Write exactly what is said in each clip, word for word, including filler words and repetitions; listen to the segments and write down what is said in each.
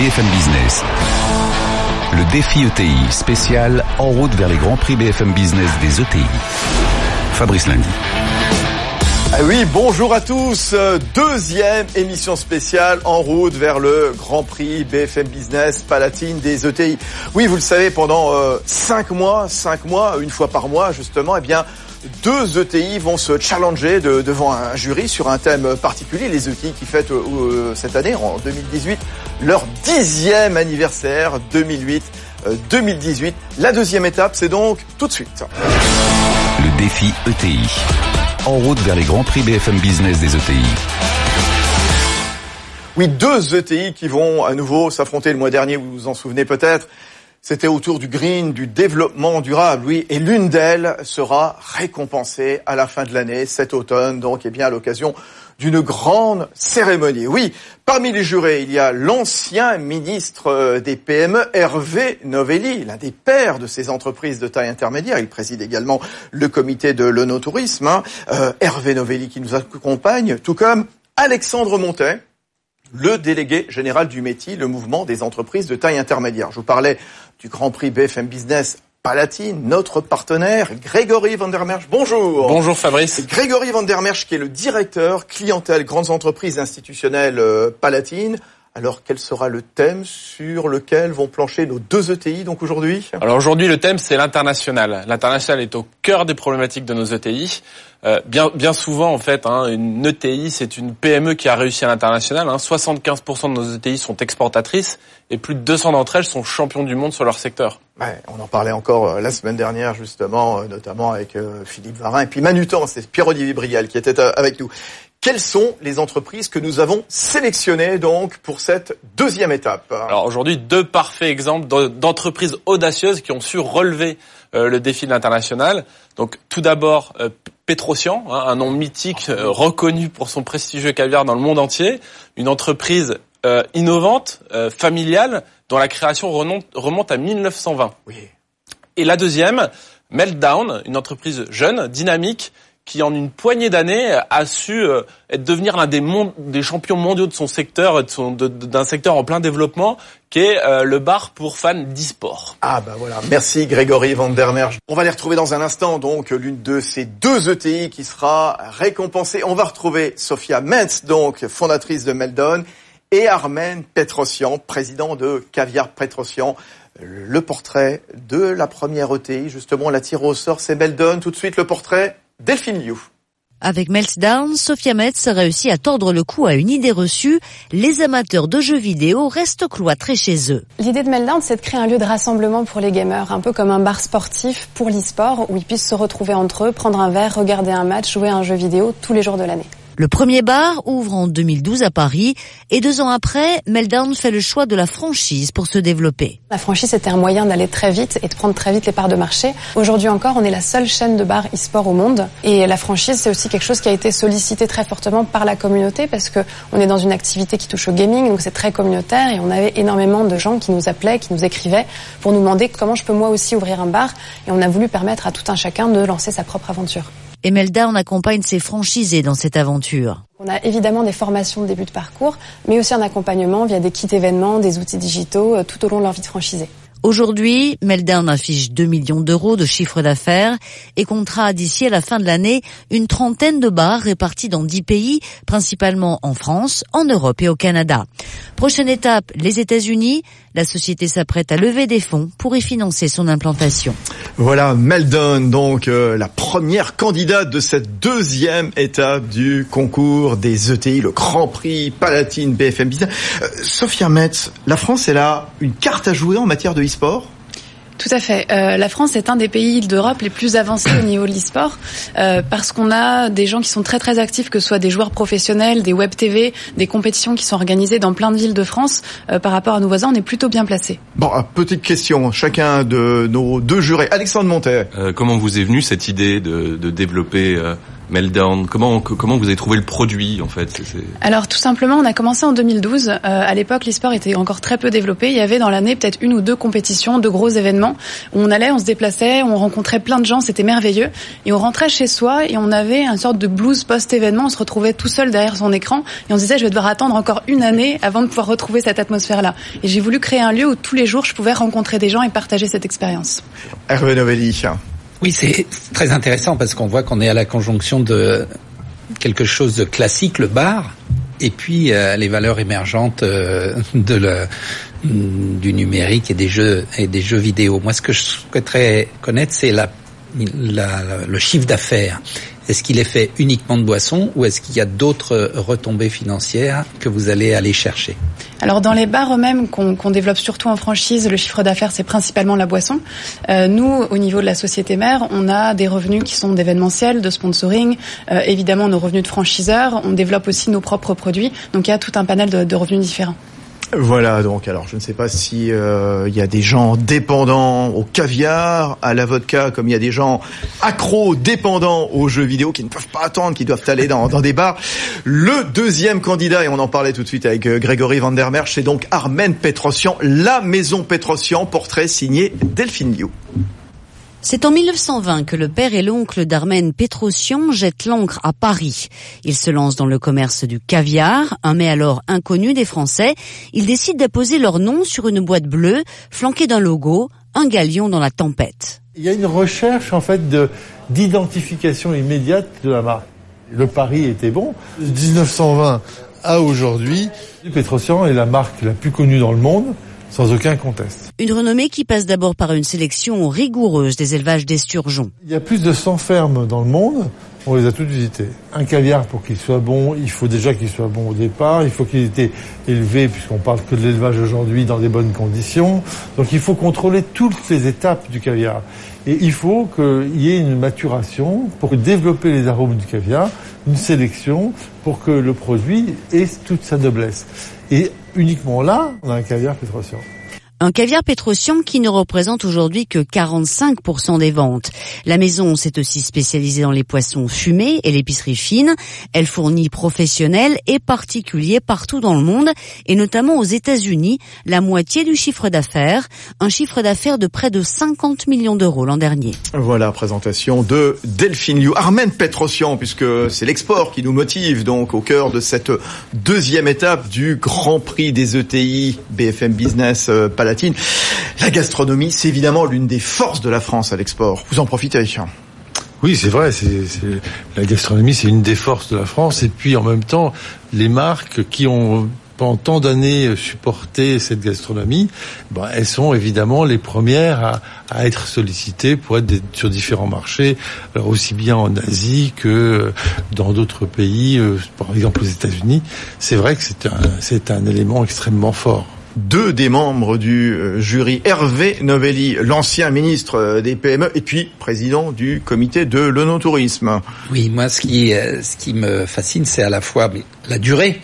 F M Business. Le défi E T I spécial en route vers les grands prix B F M Business des E T I. Fabrice Lundy. Ah oui, bonjour à tous. Deuxième émission spéciale en route vers le Grand Prix B F M Business Palatine des E T I. Oui, vous le savez, pendant euh, cinq mois, cinq mois, une fois par mois justement, eh bien, deux E T I vont se challenger de, devant un jury sur un thème particulier. Les E T I qui fêtent euh, cette année, en deux mille dix-huit, leur dixième anniversaire, deux mille huit deux mille dix-huit. La deuxième étape, c'est donc tout de suite. Le défi E T I. En route vers les grands prix B F M Business des E T I. Oui, deux E T I qui vont à nouveau s'affronter le mois dernier, vous vous en souvenez peut-être. C'était autour du green, du développement durable, oui, et l'une d'elles sera récompensée à la fin de l'année, cet automne, donc, eh bien, à l'occasion d'une grande cérémonie. Oui, parmi les jurés, il y a l'ancien ministre des P M E, Hervé Novelli, l'un des pères de ces entreprises de taille intermédiaire. Il préside également le comité de l'onotourisme. Hein. Euh, Hervé Novelli qui nous accompagne, tout comme Alexandre Montet, le délégué général du M E T I, le mouvement des entreprises de taille intermédiaire. Je vous parlais du Grand Prix B F M Business Palatine, notre partenaire, Grégory Van der Merch. Bonjour. Bonjour Fabrice. Grégory Van der Merch qui est le directeur clientèle grandes entreprises institutionnelles euh, Palatine. Alors, quel sera le thème sur lequel vont plancher nos deux E T I donc aujourd'hui ? Alors aujourd'hui, le thème, c'est l'international. L'international est au cœur des problématiques de nos E T I. Euh, bien, bien souvent, en fait, hein, une E T I, c'est une P M E qui a réussi à l'international. Hein. soixante-quinze pour cent de nos E T I sont exportatrices et plus de deux cents d'entre elles sont champions du monde sur leur secteur. Ouais, on en parlait encore euh, la semaine dernière, justement, euh, notamment avec euh, Philippe Varin et puis Manutan, c'est Pierre-Olivier Brial qui était euh, avec nous. Quelles sont les entreprises que nous avons sélectionnées donc pour cette deuxième étape ? Alors aujourd'hui, deux parfaits exemples d'entreprises audacieuses qui ont su relever euh, le défi de l'international. Donc tout d'abord, euh, Petrosian, hein, un nom mythique euh, reconnu pour son prestigieux caviar dans le monde entier, une entreprise euh, innovante, euh, familiale, dont la création remonte, remonte à mille neuf cent vingt. Oui. Et la deuxième, Meltdown, une entreprise jeune, dynamique, qui en une poignée d'années a su euh, être, devenir l'un des, mon- des champions mondiaux de son secteur, de son, de, d'un secteur en plein développement, qui est euh, le bar pour fans d'e-sport. Ah bah voilà, merci Grégory Van der Merch. On va les retrouver dans un instant, donc l'une de ces deux E T I qui sera récompensée. On va retrouver Sophia Metz, donc fondatrice de Meltdown, et Armen Petrosian, président de Caviar Petrosian. Le portrait de la première E T I, justement, on l'a tiré au sort, c'est Meltdown. Tout de suite le portrait, Delphine Liu. Avec Meltdown, Sophia Metz réussit à tordre le cou à une idée reçue. Les amateurs de jeux vidéo restent cloîtrés chez eux. L'idée de Meltdown, c'est de créer un lieu de rassemblement pour les gamers, un peu comme un bar sportif pour l'e-sport, où ils puissent se retrouver entre eux, prendre un verre, regarder un match, jouer à un jeu vidéo tous les jours de l'année. Le premier bar ouvre en deux mille douze à Paris et deux ans après, Meltdown fait le choix de la franchise pour se développer. La franchise, c'était un moyen d'aller très vite et de prendre très vite les parts de marché. Aujourd'hui encore, on est la seule chaîne de bars e-sport au monde. Et la franchise, c'est aussi quelque chose qui a été sollicité très fortement par la communauté parce que on est dans une activité qui touche au gaming, donc c'est très communautaire et on avait énormément de gens qui nous appelaient, qui nous écrivaient pour nous demander comment je peux moi aussi ouvrir un bar. Et on a voulu permettre à tout un chacun de lancer sa propre aventure. Et Meltdown accompagne ses franchisés dans cette aventure. On a évidemment des formations de début de parcours, mais aussi un accompagnement via des kits événements, des outils digitaux, euh, tout au long de leur vie de franchisé. Aujourd'hui, Meltdown affiche deux millions d'euros de chiffre d'affaires et comptera d'ici à la fin de l'année une trentaine de bars répartis dans dix pays, principalement en France, en Europe et au Canada. Prochaine étape, les États-Unis. La société s'apprête à lever des fonds pour y financer son implantation. Voilà, Meltdown, donc euh, la première candidate de cette deuxième étape du concours des E T I, le Grand Prix Palatine B F M Business. Euh, Sophia Metz, la France, elle a une carte à jouer en matière de e-sport ? Tout à fait. Euh, la France est un des pays d'Europe les plus avancés au niveau de l'e-sport euh, parce qu'on a des gens qui sont très très actifs, que ce soit des joueurs professionnels, des web T V, des compétitions qui sont organisées dans plein de villes de France. Euh, par rapport à nos voisins, on est plutôt bien placés. Bon, petite question, chacun de nos deux jurés. Alexandre Montet. Euh, comment vous est venue cette idée de, de développer euh, Meltdown. Comment comment vous avez trouvé le produit en fait? c'est, c'est... Alors tout simplement, on a commencé en deux mille douze. Euh, à l'époque, l'e-sport était encore très peu développé. Il y avait dans l'année peut-être une ou deux compétitions, de gros événements où on allait, on se déplaçait, on rencontrait plein de gens, c'était merveilleux. Et on rentrait chez soi et on avait une sorte de blues post-événement. On se retrouvait tout seul derrière son écran et on se disait je vais devoir attendre encore une année avant de pouvoir retrouver cette atmosphère-là. Et j'ai voulu créer un lieu où tous les jours je pouvais rencontrer des gens et partager cette expérience. Hervé Novelli. Oui, c'est très intéressant parce qu'on voit qu'on est à la conjonction de quelque chose de classique, le bar, et puis euh, les valeurs émergentes euh, de le, du numérique et des jeux et des jeux vidéo. Moi, ce que je souhaiterais connaître, c'est la, la, le chiffre d'affaires. Est-ce qu'il est fait uniquement de boissons ou est-ce qu'il y a d'autres retombées financières que vous allez aller chercher? Alors dans les bars eux-mêmes qu'on, qu'on développe surtout en franchise, le chiffre d'affaires c'est principalement la boisson. Euh, nous, au niveau de la société mère, on a des revenus qui sont d'événementiel, de sponsoring, euh, évidemment nos revenus de franchiseurs. On développe aussi nos propres produits, donc il y a tout un panel de, de revenus différents. Voilà, donc alors je ne sais pas si euh, il y a des gens dépendants au caviar, à la vodka, comme il y a des gens accros, dépendants aux jeux vidéo qui ne peuvent pas attendre, qui doivent aller dans, dans des bars. Le deuxième candidat, et on en parlait tout de suite avec Grégory Van der Merch, c'est donc Armen Petrosyan, la maison Petrosyan, portrait signé Delphine Liu. C'est en mille neuf cent vingt que le père et l'oncle d'Armen Petrosyan jettent l'ancre à Paris. Ils se lancent dans le commerce du caviar, un mets alors inconnu des Français. Ils décident d'apposer leur nom sur une boîte bleue, flanquée d'un logo, un galion dans la tempête. Il y a une recherche en fait de d'identification immédiate de la marque. Le pari était bon. De dix-neuf cent vingt à aujourd'hui, Petrosyan est la marque la plus connue dans le monde, sans aucun conteste. Une renommée qui passe d'abord par une sélection rigoureuse des élevages d'esturgeons. Il y a plus de cent fermes dans le monde, on les a toutes visitées. Un caviar, pour qu'il soit bon, il faut déjà qu'il soit bon au départ, il faut qu'il ait été élevé, puisqu'on parle que de l'élevage aujourd'hui, dans des bonnes conditions. Donc il faut contrôler toutes les étapes du caviar. Et il faut qu'il y ait une maturation pour développer les arômes du caviar, une sélection pour que le produit ait toute sa noblesse. Et uniquement là, on a un caviar Petrosyan. Un caviar Petrosyan qui ne représente aujourd'hui que quarante-cinq pour cent des ventes. La maison s'est aussi spécialisée dans les poissons fumés et l'épicerie fine. Elle fournit professionnels et particuliers partout dans le monde, et notamment aux États-Unis, la moitié du chiffre d'affaires, un chiffre d'affaires de près de cinquante millions d'euros l'an dernier. Voilà, présentation de Delphine Liu. Armen Petrosyan, puisque c'est l'export qui nous motive, donc au cœur de cette deuxième étape du Grand Prix des E T I B F M Business euh, Palatine. La gastronomie, c'est évidemment l'une des forces de la France à l'export. Vous en profitez. Oui, c'est vrai. C'est, c'est, la gastronomie, c'est une des forces de la France. Et puis, en même temps, les marques qui ont pendant tant d'années supporté cette gastronomie, ben, elles sont évidemment les premières à, à être sollicitées pour être des, sur différents marchés, alors aussi bien en Asie que dans d'autres pays, euh, par exemple aux États-Unis. C'est vrai que c'est un, c'est un élément extrêmement fort. Deux des membres du jury, Hervé Novelli, l'ancien ministre des P M E et puis président du comité de l'onotourisme. Oui, moi ce qui ce qui me fascine, c'est à la fois la durée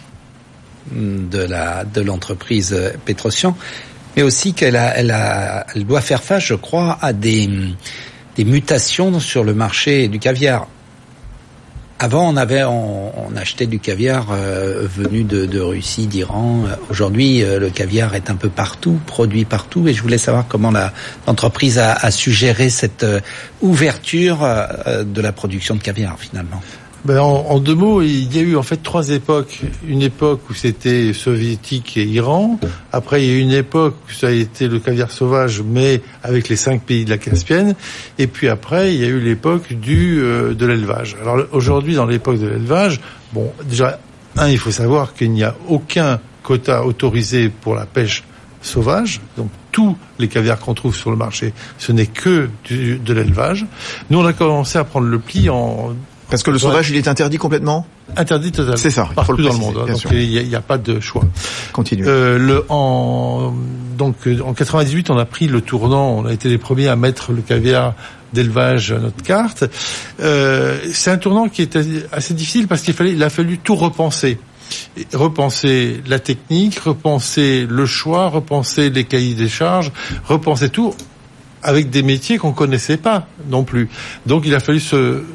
de la de l'entreprise Petrosyan, mais aussi qu'elle a elle a elle doit faire face, je crois, à des des mutations sur le marché du caviar. Avant, on avait, on, on achetait du caviar euh, venu de, de Russie, d'Iran. Aujourd'hui, euh, le caviar est un peu partout, produit partout. Et je voulais savoir comment la, l'entreprise a, a su gérer cette euh, ouverture euh, de la production de caviar, finalement. Ben en, en deux mots, il y a eu en fait trois époques. Une époque où c'était soviétique et Iran. Après, il y a eu une époque où ça a été le caviar sauvage, mais avec les cinq pays de la Caspienne. Et puis après, il y a eu l'époque du euh, de l'élevage. Alors aujourd'hui, dans l'époque de l'élevage, bon, déjà, un, il faut savoir qu'il n'y a aucun quota autorisé pour la pêche sauvage. Donc tous les caviars qu'on trouve sur le marché, ce n'est que du, de l'élevage. Nous, on a commencé à prendre le pli en Parce que le sauvage, il est interdit complètement ? Interdit totalement. C'est ça. Partout le dans préciser, le monde. Hein, donc sûr. il n'y a, a pas de choix. Continue. Euh, le, en, donc, en quatre-vingt-dix-huit, on a pris le tournant. On a été les premiers à mettre le caviar d'élevage à notre carte. Euh, c'est un tournant qui est assez difficile parce qu'il fallait, il a fallu tout repenser. Repenser la technique, repenser le choix, repenser les cahiers des charges, repenser tout avec des métiers qu'on connaissait pas non plus. Donc il a fallu se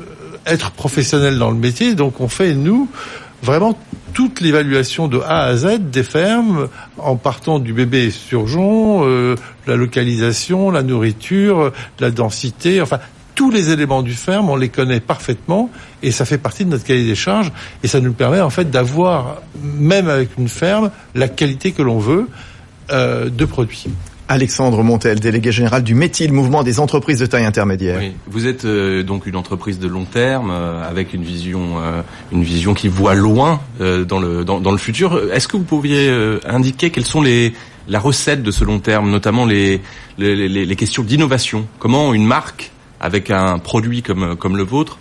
être professionnel dans le métier. Donc on fait, nous, vraiment toute l'évaluation de A à Z des fermes, en partant du bébé surgeon, euh, la localisation, la nourriture, la densité, enfin tous les éléments du ferme, on les connaît parfaitement et ça fait partie de notre cahier des charges et ça nous permet en fait d'avoir, même avec une ferme, la qualité que l'on veut euh, de produits. Alexandre Montel, délégué général du METI, le mouvement des entreprises de taille intermédiaire. Oui, vous êtes euh, donc une entreprise de long terme euh, avec une vision, euh, une vision qui voit loin euh, dans le dans, dans le futur. Est-ce que vous pourriez euh, indiquer quelles sont les la recette de ce long terme, notamment les les, les, les questions d'innovation? Comment une marque avec un produit comme comme le vôtre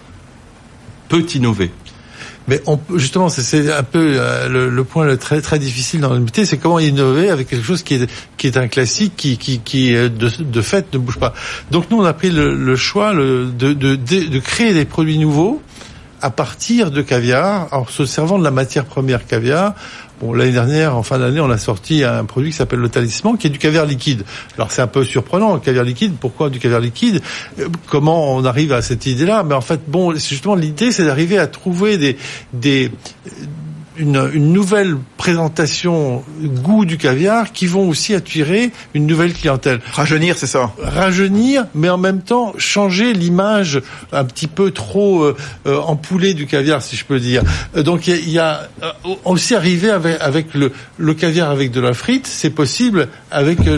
peut innover? Mais on, justement, c'est, c'est un peu euh, le, le point le très très difficile dans le métier, c'est comment innover avec quelque chose qui est qui est un classique, qui qui qui de, de fait ne bouge pas. Donc nous, on a pris le, le choix le, de, de de de créer des produits nouveaux à partir de caviar, en se servant de la matière première caviar. Bon, l'année dernière, en fin d'année, on a sorti un produit qui s'appelle le Talisman, qui est du caviar liquide. Alors c'est un peu surprenant, le caviar liquide. Pourquoi du caviar liquide? Comment on arrive à cette idée-là? Mais en fait, bon, justement, l'idée, c'est d'arriver à trouver des des Une, une nouvelle présentation goût du caviar qui vont aussi attirer une nouvelle clientèle. Rajeunir, c'est ça. Rajeunir, mais en même temps changer l'image un petit peu trop euh, euh, empoulée du caviar, si je peux dire. Euh, donc il y, y a euh, aussi arriver avec, avec le, le caviar avec de la frite, c'est possible avec le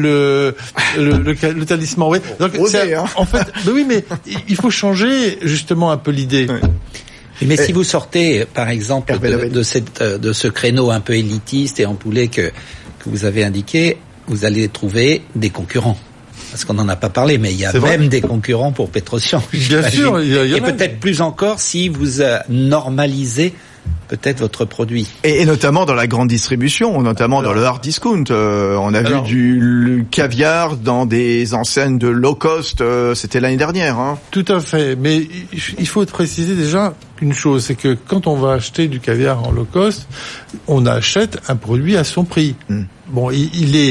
le le, le, le, le talisman. Oui. Donc Osé, hein. En fait, ben oui, mais il faut changer justement un peu l'idée. Oui. Mais si vous sortez, par exemple, de, de, cette, de ce créneau un peu élitiste et empoulé que, que vous avez indiqué, vous allez trouver des concurrents. Parce qu'on n'en a pas parlé, mais il y a C'est même vrai. des concurrents pour Pétrosian. Bien sûr, il y, a, il y et en a. peut-être plus encore si vous euh, normalisez peut-être votre produit. Et, et notamment dans la grande distribution, notamment Alors, dans le hard discount. Euh, on a alors, vu du le caviar dans des enseignes de low cost, euh, c'était l'année dernière. Hein. Tout à fait, mais il faut préciser déjà une chose, c'est que quand on va acheter du caviar en low cost, on achète un produit à son prix. Mm. Bon, il, il est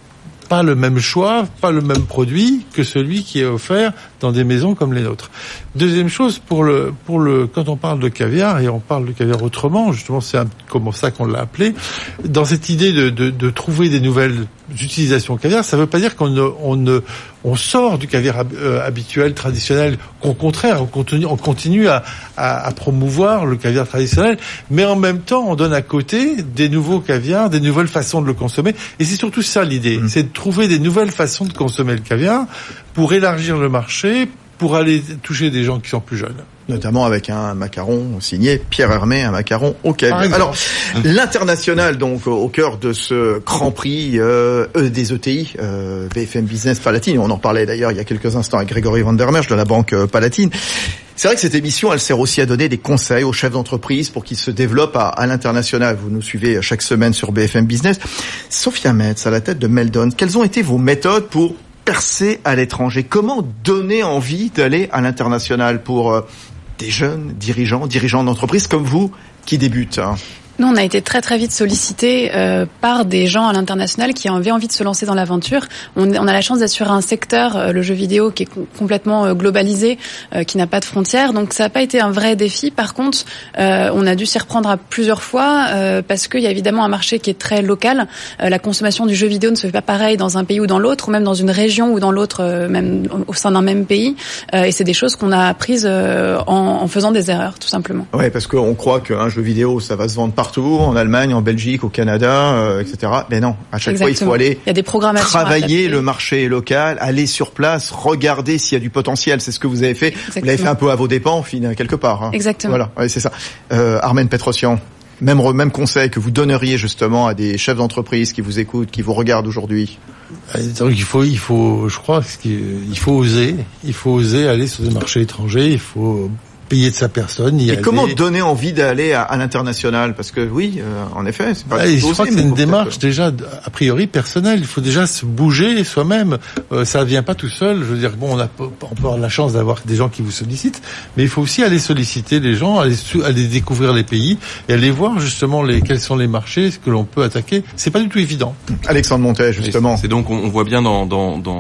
pas le même choix, pas le même produit que celui qui est offert dans des maisons comme les nôtres. Deuxième chose, pour le, pour le, quand on parle de caviar, et on parle de caviar autrement, justement, c'est un, comme ça qu'on l'a appelé, dans cette idée de, de, de trouver des nouvelles utilisations caviar, ça veut pas dire qu'on ne, on ne, on sort du caviar euh, habituel, traditionnel, qu'au contraire, on continue, on continue à, à, à promouvoir le caviar traditionnel, mais en même temps, on donne à côté des nouveaux caviars, des nouvelles façons de le consommer, et c'est surtout ça l'idée, mmh. c'est de trouver des nouvelles façons de consommer le caviar pour élargir le marché, pour aller toucher des gens qui sont plus jeunes. Notamment avec un macaron signé Pierre Hermé, un macaron au caviar. Alors, l'international, donc, au cœur de ce Grand Prix euh, des E T I, euh, B F M Business Palatine, on en parlait d'ailleurs il y a quelques instants avec Grégory Van der Merch de la Banque Palatine. C'est vrai que cette émission, elle sert aussi à donner des conseils aux chefs d'entreprise pour qu'ils se développent à, à l'international. Vous nous suivez chaque semaine sur B F M Business. Sophia Metz, à la tête de Meldon, quelles ont été vos méthodes pour percer à l'étranger? Comment donner envie d'aller à l'international pour euh, des jeunes dirigeants, dirigeants d'entreprise comme vous qui débutent, hein? Nous, on a été très très vite sollicités euh, par des gens à l'international qui avaient envie de se lancer dans l'aventure. On, on a la chance d'être sur un secteur, euh, le jeu vidéo, qui est com- complètement euh, globalisé, euh, qui n'a pas de frontières. Donc ça n'a pas été un vrai défi. Par contre, euh, on a dû s'y reprendre à plusieurs fois euh, parce qu'il y a évidemment un marché qui est très local. Euh, la consommation du jeu vidéo ne se fait pas pareil dans un pays ou dans l'autre, ou même dans une région ou dans l'autre, euh, même au sein d'un même pays. Euh, et c'est des choses qu'on a apprises euh, en, en faisant des erreurs, tout simplement. Ouais, parce qu'on croit qu'un jeu vidéo, ça va se vendre partout. En Allemagne, en Belgique, au Canada, euh, et cetera. Mais non, à chaque Exactement. fois, il faut aller il y a des programmations travailler le marché local, aller sur place, regarder s'il y a du potentiel. C'est ce que vous avez fait. Exactement. Vous l'avez fait un peu à vos dépens, quelque part. Hein. Exactement. Voilà, ouais, c'est ça. Euh, Armen Pétrosian, même même conseil que vous donneriez justement à des chefs d'entreprise qui vous écoutent, qui vous regardent aujourd'hui. Donc il faut, il faut, je crois qu'il faut oser, il faut oser aller sur des marchés étrangers, il faut payer de sa personne. Y Et aller. comment donner envie d'aller à, à l'international? Parce que oui, euh, en effet, c'est pas. Ah, je crois que c'est une démarche que... déjà a priori personnelle. Il faut déjà se bouger soi-même. Euh, ça vient pas tout seul. Je veux dire, bon, on a on peut avoir la chance d'avoir des gens qui vous sollicitent, mais il faut aussi aller solliciter les gens, aller aller découvrir les pays et aller voir justement les quels sont les marchés que l'on peut attaquer. C'est pas du tout évident. Alexandre Montel, justement. C'est donc on voit bien dans dans dans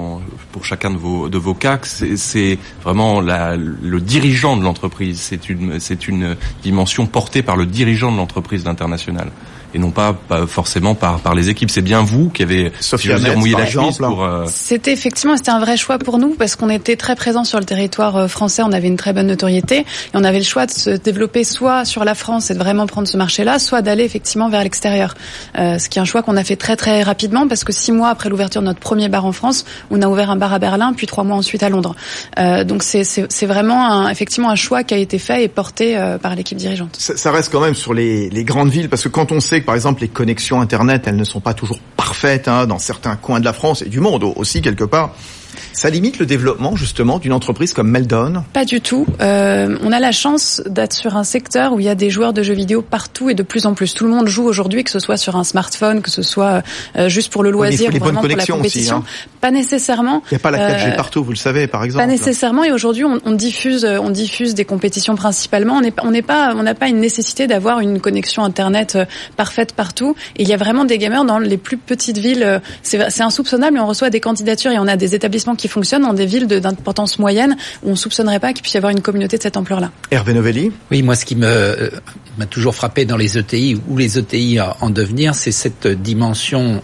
pour chacun de vos de vos cas que c'est, c'est vraiment la, le dirigeant de l'entreprise. C'est une c'est une dimension portée par le dirigeant de l'entreprise d'international et non pas, pas forcément par par les équipes. C'est bien vous qui avez, si je veux dire, mouillé la chemise pour. Euh... C'était effectivement c'était un vrai choix pour nous parce qu'on était très présents sur le territoire français. On avait une très bonne notoriété et on avait le choix de se développer soit sur la France et de vraiment prendre ce marché-là, soit d'aller effectivement vers l'extérieur. Euh, ce qui est un choix qu'on a fait très très rapidement parce que six mois après l'ouverture de notre premier bar en France, on a ouvert un bar à Berlin, puis trois mois ensuite à Londres. Euh, donc c'est c'est c'est vraiment un, effectivement un choix qui a été fait et porté euh, par l'équipe dirigeante. Ça, ça reste quand même sur les les grandes villes parce que quand on sait par exemple, les connexions Internet, elles ne sont pas toujours parfaites hein, dans certains coins de la France et du monde aussi, quelque part. Ça limite le développement, justement, d'une entreprise comme Meldon? Pas du tout. Euh, on a la chance d'être sur un secteur où il y a des joueurs de jeux vidéo partout et de plus en plus. Tout le monde joue aujourd'hui, que ce soit sur un smartphone, que ce soit euh, juste pour le loisir, ou vraiment pour la compétition. Aussi, hein. Pas nécessairement. Il n'y a pas la quatre G euh, partout, vous le savez, par exemple. Pas nécessairement. Et aujourd'hui, on, on diffuse, on diffuse des compétitions principalement. On n'est on n'est pas, on n'a pas une nécessité d'avoir une connexion Internet parfaite partout. Et il y a vraiment des gamers dans les plus petites villes. C'est, c'est insoupçonnable, mais on reçoit des candidatures et on a des établissements qui fonctionnent dans des villes de, d'importance moyenne où on soupçonnerait pas qu'il puisse y avoir une communauté de cette ampleur-là. Hervé Novelli. Oui, moi, ce qui me euh, m'a toujours frappé dans les E T I ou les E T I en devenir, c'est cette dimension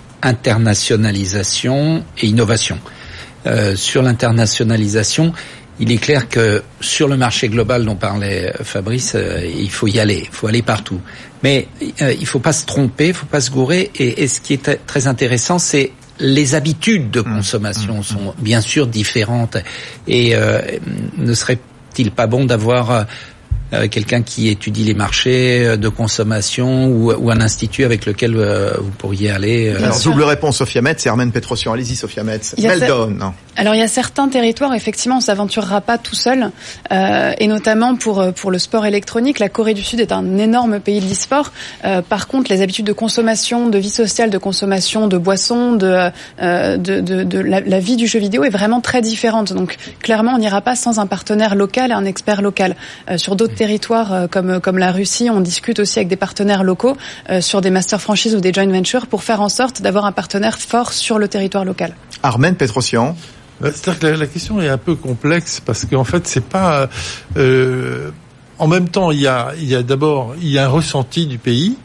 internationalisation et innovation. Euh, sur l'internationalisation, il est clair que sur le marché global dont parlait Fabrice, euh, il faut y aller, il faut aller partout. Mais euh, il faut pas se tromper, il faut pas se gourer. Et, et ce qui est très intéressant, c'est les habitudes de consommation sont bien sûr différentes. Et euh, ne serait-il pas bon d'avoir euh, quelqu'un qui étudie les marchés de consommation ou, ou un institut avec lequel euh, vous pourriez aller euh... Alors, double réponse, Sophia Metz et Armen Petrosian. Allez-y, Sophia Metz. Meldon. Ce... Alors, il y a certains territoires, effectivement, on s'aventurera pas tout seul. Euh, et notamment pour pour le sport électronique. La Corée du Sud est un énorme pays de l'e-sport. Euh, par contre, les habitudes de consommation, de vie sociale, de consommation, de boissons, de, euh, de, de, de la, la vie du jeu vidéo est vraiment très différente. Donc, clairement, on n'ira pas sans un partenaire local et un expert local. Euh, sur d'autres territoires euh, comme comme la Russie, on discute aussi avec des partenaires locaux euh, sur des master franchises ou des joint ventures pour faire en sorte d'avoir un partenaire fort sur le territoire local. Armen Petrosian. C'est-à-dire que la, la question est un peu complexe parce qu'en fait c'est pas euh, en même temps il y a il y a d'abord il y a un ressenti du pays.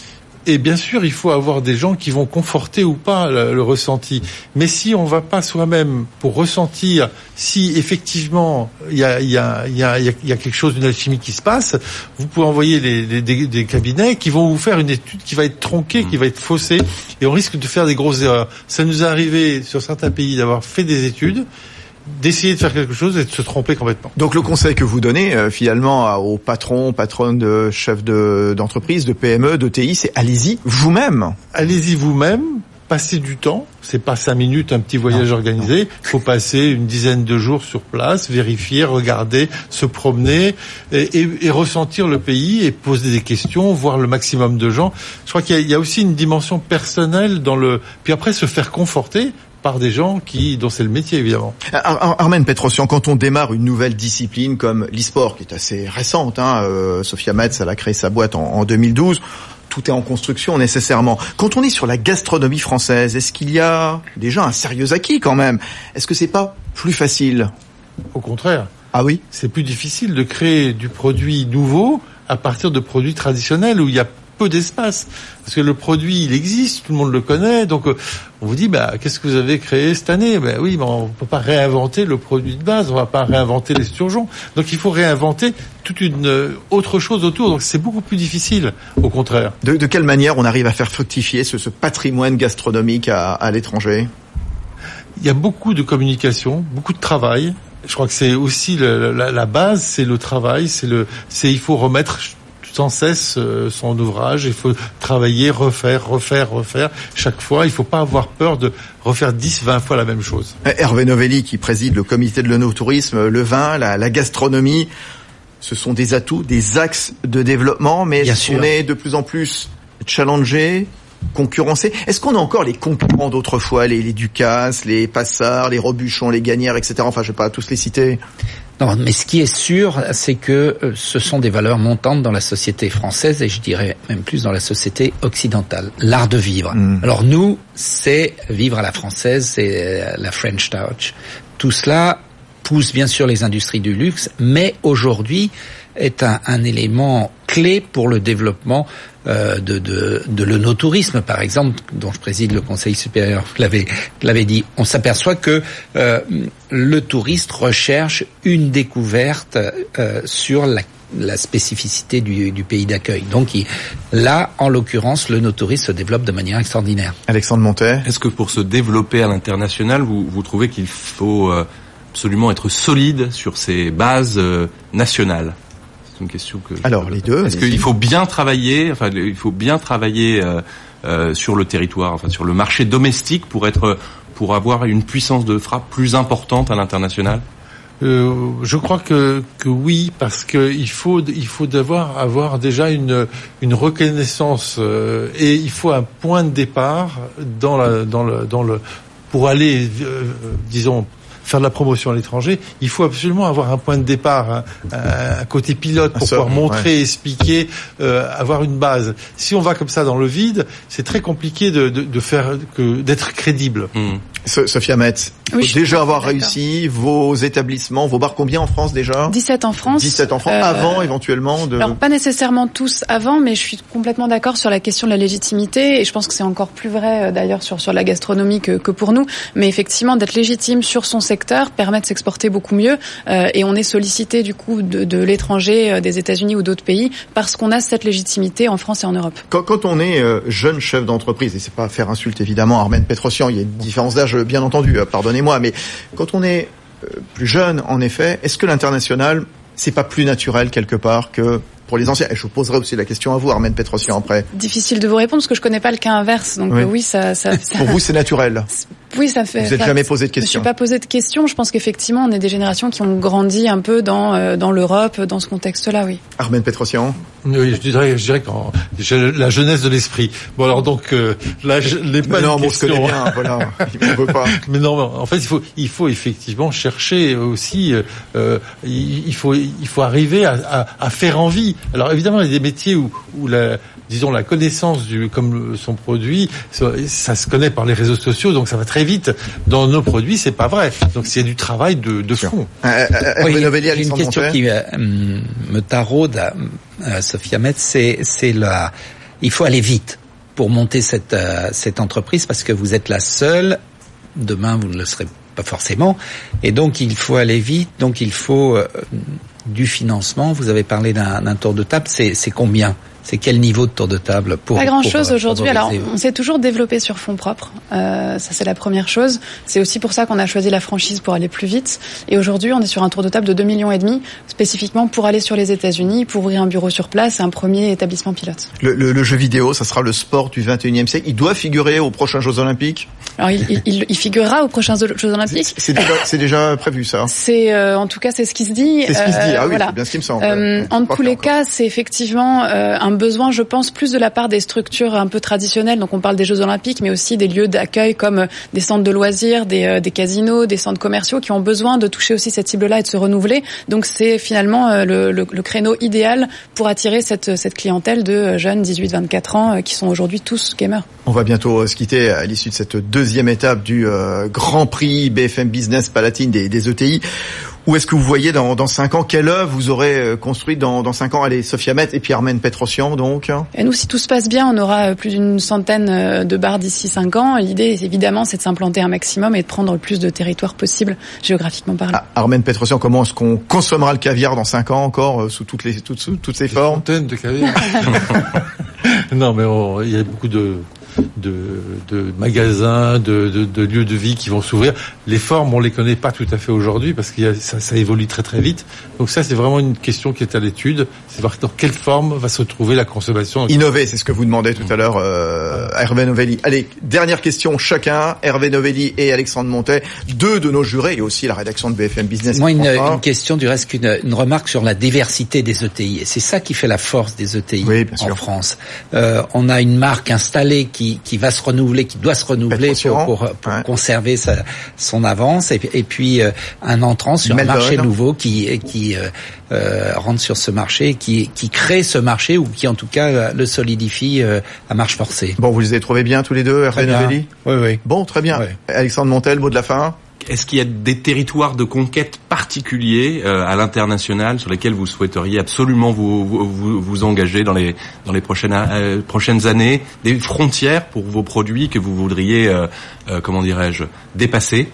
Et bien sûr, il faut avoir des gens qui vont conforter ou pas le, le ressenti. Mais si on va pas soi-même pour ressentir si effectivement il y a, il y a, il y a, il y a quelque chose, une alchimie qui se passe, vous pouvez envoyer les, les, des, des cabinets qui vont vous faire une étude qui va être tronquée, qui va être faussée, et on risque de faire des grosses erreurs. Ça nous est arrivé sur certains pays d'avoir fait des études, d'essayer de faire quelque chose et de se tromper complètement. Donc le conseil que vous donnez euh, finalement à, aux patrons, patronnes, de chefs de, d'entreprise, de P M E, de T I, c'est allez-y vous-même. Allez-y vous-même, passez du temps. C'est pas cinq minutes, un petit voyage non, organisé. Il faut passer une dizaine de jours sur place, vérifier, regarder, se promener et, et, et ressentir le pays et poser des questions, voir le maximum de gens. Je crois qu'il y a, il y a aussi une dimension personnelle dans le. Puis après se faire conforter par des gens qui, dont c'est le métier, évidemment. Ar- Armen Petrosian, quand on démarre une nouvelle discipline comme l'e-sport, qui est assez récente, hein, euh, Sophia Metz, elle a créé sa boîte en, en deux mille douze, tout est en construction nécessairement. Quand on est sur la gastronomie française, est-ce qu'il y a déjà un sérieux acquis quand même? Est-ce que c'est pas plus facile? Au contraire. Ah oui? C'est plus difficile de créer du produit nouveau à partir de produits traditionnels où il y a peu d'espace, parce que le produit il existe, tout le monde le connaît, donc euh, on vous dit bah qu'est-ce que vous avez créé cette année? Ben oui, mais on peut pas réinventer le produit de base, on va pas réinventer les surgeons, donc il faut réinventer toute une euh, autre chose autour, donc c'est beaucoup plus difficile, au contraire. De, de quelle manière on arrive à faire fructifier ce, ce patrimoine gastronomique à, à l'étranger? Il y a beaucoup de communication, beaucoup de travail. Je crois que c'est aussi le, la, la base, c'est le travail, c'est le, c'est il faut remettre sans cesse euh, son ouvrage, il faut travailler, refaire, refaire, refaire. Chaque fois, il faut pas avoir peur de refaire dix, vingt fois la même chose. Hervé Novelli, qui préside le comité de l'œnotourisme, le vin, la, la gastronomie, ce sont des atouts, des axes de développement, mais est-ce qu'on est de plus en plus challengé, concurrencé? Est-ce qu'on a encore les concurrents d'autrefois, les, les Ducasse, les Passard, les Robuchon, les Gagnères, et cetera. Enfin, je vais pas tous les citer. Non, mais ce qui est sûr, c'est que ce sont des valeurs montantes dans la société française et je dirais même plus dans la société occidentale. L'art de vivre. Mmh. Alors nous, c'est vivre à la française, c'est la French touch. Tout cela pousse bien sûr les industries du luxe, mais aujourd'hui est un, un élément clé pour le développement euh, de, de, de l'œnotourisme, par exemple, dont je préside le Conseil supérieur, l'avait, l'avait dit. On s'aperçoit que euh, le touriste recherche une découverte euh, sur la, la spécificité du, du pays d'accueil. Donc il, là, en l'occurrence, l'œnotourisme se développe de manière extraordinaire. Alexandre Montet. Est-ce que pour se développer à l'international, vous, vous trouvez qu'il faut euh, absolument être solide sur ses bases euh, nationales? C'est une question que. Alors les deux. Est-ce qu'il faut bien travailler, enfin il faut bien travailler euh, euh, sur le territoire, enfin sur le marché domestique pour être, pour avoir une puissance de frappe plus importante à l'international? Euh, je crois que que oui, parce que il faut il faut d'avoir avoir déjà une une reconnaissance euh, et il faut un point de départ dans la dans le dans le pour aller euh, disons faire de la promotion à l'étranger, il faut absolument avoir un point de départ, un, un côté pilote pour pouvoir montrer, ouais. expliquer, euh, avoir une base. Si on va comme ça dans le vide, c'est très compliqué de, de, de faire que d'être crédible. Mmh. Sophia Metz, il oui, faut déjà avoir d'accord. réussi vos établissements, vos bars, combien en France déjà? dix-sept en France. dix-sept en France, euh, avant éventuellement de... Alors pas nécessairement tous avant, mais je suis complètement d'accord sur la question de la légitimité, et je pense que c'est encore plus vrai d'ailleurs sur, sur la gastronomie que, que pour nous, mais effectivement d'être légitime sur son secteur permet de s'exporter beaucoup mieux, euh, et on est sollicité du coup de, de l'étranger, euh, des États-Unis ou d'autres pays, parce qu'on a cette légitimité en France et en Europe. Quand, quand on est euh, jeune chef d'entreprise, et c'est pas faire insulte évidemment à Armen Petrosian, il y a une différence d'âge bien entendu, pardonnez-moi, mais quand on est plus jeune, en effet, est-ce que l'international, c'est pas plus naturel quelque part que pour les anciens? Et je vous poserai aussi la question à vous, Armen Petrosian, après. Difficile de vous répondre parce que je connais pas le cas inverse, donc oui, euh, oui ça, ça, ça... Pour vous, c'est naturel. Oui, ça fait. Vous n'êtes jamais posé de questions. Je ne me suis pas posé de questions. Je pense qu'effectivement, on est des générations qui ont grandi un peu dans euh, dans l'Europe, dans ce contexte-là, oui. Armen Petrosian. Oui, je dirais, je dirais qu'en la jeunesse de l'esprit. Bon, alors donc euh, là, je n'ai pas non, de bon, questions. On se connaît bien, voilà. Il ne veut pas. Mais non, en fait, il faut il faut effectivement chercher aussi. Euh, il faut il faut arriver à, à, à faire envie. Alors évidemment, il y a des métiers où où la disons la connaissance du comme son produit, ça, ça se connaît par les réseaux sociaux, donc ça va très vite. Dans nos produits, c'est pas vrai. Donc c'est du travail de, de fond. Euh, euh, oui, une question qui euh, me taraude, euh, Sophia Metz, c'est c'est la. Il faut aller vite pour monter cette euh, cette entreprise parce que vous êtes la seule. Demain, vous ne le serez pas forcément, et donc il faut aller vite. Donc il faut euh, du financement. Vous avez parlé d'un, d'un tour de table. C'est c'est combien? C'est quel niveau de tour de table pour Pas grand-chose pour, aujourd'hui. Alors, on s'est toujours développé sur fonds propres. Euh, ça, c'est la première chose. C'est aussi pour ça qu'on a choisi la franchise pour aller plus vite. Et aujourd'hui, on est sur un tour de table de deux millions et demi, spécifiquement pour aller sur les États-Unis, pour ouvrir un bureau sur place, un premier établissement pilote. Le, le, le jeu vidéo, ça sera le sport du vingt et unième siècle. Il doit figurer aux prochains Jeux Olympiques. Alors, il, il, il figurera aux prochains Jeux Olympiques. C'est, c'est, déjà, c'est déjà prévu, ça. C'est, euh, en tout cas, c'est ce qui se dit. C'est ce qui se dit. Ah oui, voilà. C'est bien ce qui me semble. Euh, en tous les cas, c'est effectivement euh, un besoin, je pense, plus de la part des structures un peu traditionnelles. Donc on parle des Jeux Olympiques, mais aussi des lieux d'accueil comme des centres de loisirs, des, euh, des casinos, des centres commerciaux qui ont besoin de toucher aussi cette cible-là et de se renouveler. Donc c'est finalement euh, le, le, le créneau idéal pour attirer cette, cette clientèle de jeunes dix-huit vingt-quatre ans euh, qui sont aujourd'hui tous gamers. On va bientôt se quitter à l'issue de cette deuxième étape du euh, Grand Prix B F M Business Palatine des, des E T I. Où est-ce que vous voyez dans, dans cinq ans, quelle œuvre vous aurez construite dans, dans cinq ans? Allez, Sophia Metz et puis Armen Petrosian, donc. Et nous, si tout se passe bien, on aura plus d'une centaine de bars d'ici cinq ans. L'idée, évidemment, c'est de s'implanter un maximum et de prendre le plus de territoire possible, géographiquement parlant. Ah, Armen Petrosian, comment est-ce qu'on consommera le caviar dans cinq ans encore, euh, sous toutes les, toutes, sous toutes ses formes? Des centaines de caviar. Non, mais on, il y a beaucoup de, de, de magasins, de, de, de lieux de vie qui vont s'ouvrir. Les formes, on les connaît pas tout à fait aujourd'hui parce que ça, ça évolue très très vite. Donc ça, c'est vraiment une question qui est à l'étude. C'est voir dans quelle forme va se trouver la consommation. Innover, c'est ce que vous demandez tout à l'heure, euh, à Hervé Novelli. Allez, dernière question chacun. Hervé Novelli et Alexandre Montet, deux de nos jurés et aussi la rédaction de B F M Business. Moi, une, une question du reste qu'une une remarque sur la diversité des E T I. Et c'est ça qui fait la force des E T I oui, en France. Euh, on a une marque installée qui qui, qui va se renouveler, qui doit se renouveler pour, pour, pour ouais. conserver sa, son avance, et, et puis euh, un entrant sur Meldon. Un marché nouveau qui, qui euh, euh, rentre sur ce marché, qui, qui crée ce marché ou qui en tout cas le solidifie euh, à marche forcée. Bon, vous les avez trouvés bien tous les deux, Hervé Novelli ? Oui, oui. Bon, très bien. Oui. Alexandre Montel, mot de la fin ? Est-ce qu'il y a des territoires de conquête particuliers euh, à l'international sur lesquels vous souhaiteriez absolument vous vous, vous, vous engager dans les dans les prochaines euh, prochaines années, des frontières pour vos produits que vous voudriez euh, euh, comment dirais-je dépasser?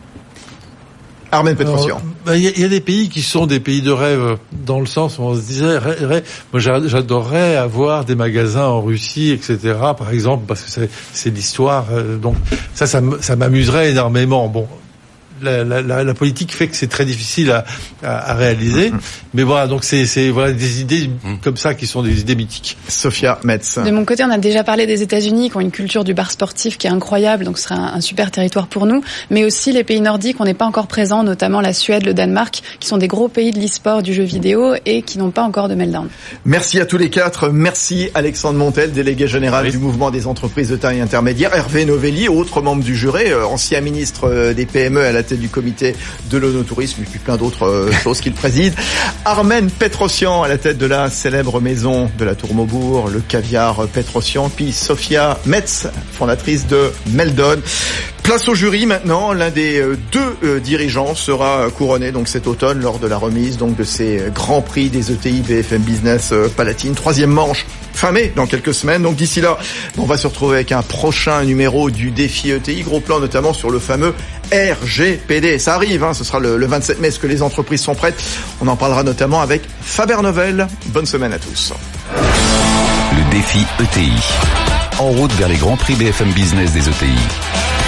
Armen Petrosian. Il y, y a des pays qui sont des pays de rêve, dans le sens où on se disait, rê, rê, moi j'adorerais avoir des magasins en Russie, et cetera. Par exemple, parce que c'est, c'est l'histoire. Euh, donc ça, ça, ça m'amuserait énormément. Bon. La, la, la, la politique fait que c'est très difficile à, à, à réaliser, mmh. mais voilà, donc c'est, c'est voilà des idées mmh. comme ça qui sont des idées mythiques. Sophia Metz. De mon côté, on a déjà parlé des États-Unis qui ont une culture du bar sportif qui est incroyable, donc ce sera un, un super territoire pour nous, mais aussi les pays nordiques, on n'est pas encore présents, notamment la Suède, le Danemark, qui sont des gros pays de l'e-sport, du jeu vidéo et qui n'ont pas encore de Meltdown. Merci à tous les quatre. Merci Alexandre Montel, délégué général oui. du mouvement des entreprises de taille intermédiaire, Hervé Novelli, autre membre du jury, ancien ministre des P M E à la du comité de l'onotourisme et puis plein d'autres euh, choses qu'il préside. Armen Petrosian à la tête de la célèbre maison de la Tour Maubourg, le caviar Petrosian, puis Sophia Metz, fondatrice de Meldon. Place au jury maintenant. L'un des deux euh, dirigeants sera couronné donc cet automne lors de la remise donc de ces grands prix des E T I B F M Business euh, Palatine. Troisième manche fin mai dans quelques semaines. Donc d'ici là, on va se retrouver avec un prochain numéro du défi E T I. Gros plan notamment sur le fameux R G P D. Ça arrive, hein, ce sera le, le vingt-sept mai. Est-ce que les entreprises sont prêtes? On en parlera notamment avec Faber Novel. Bonne semaine à tous. Le défi E T I. En route vers les grands prix B F M Business des E T I.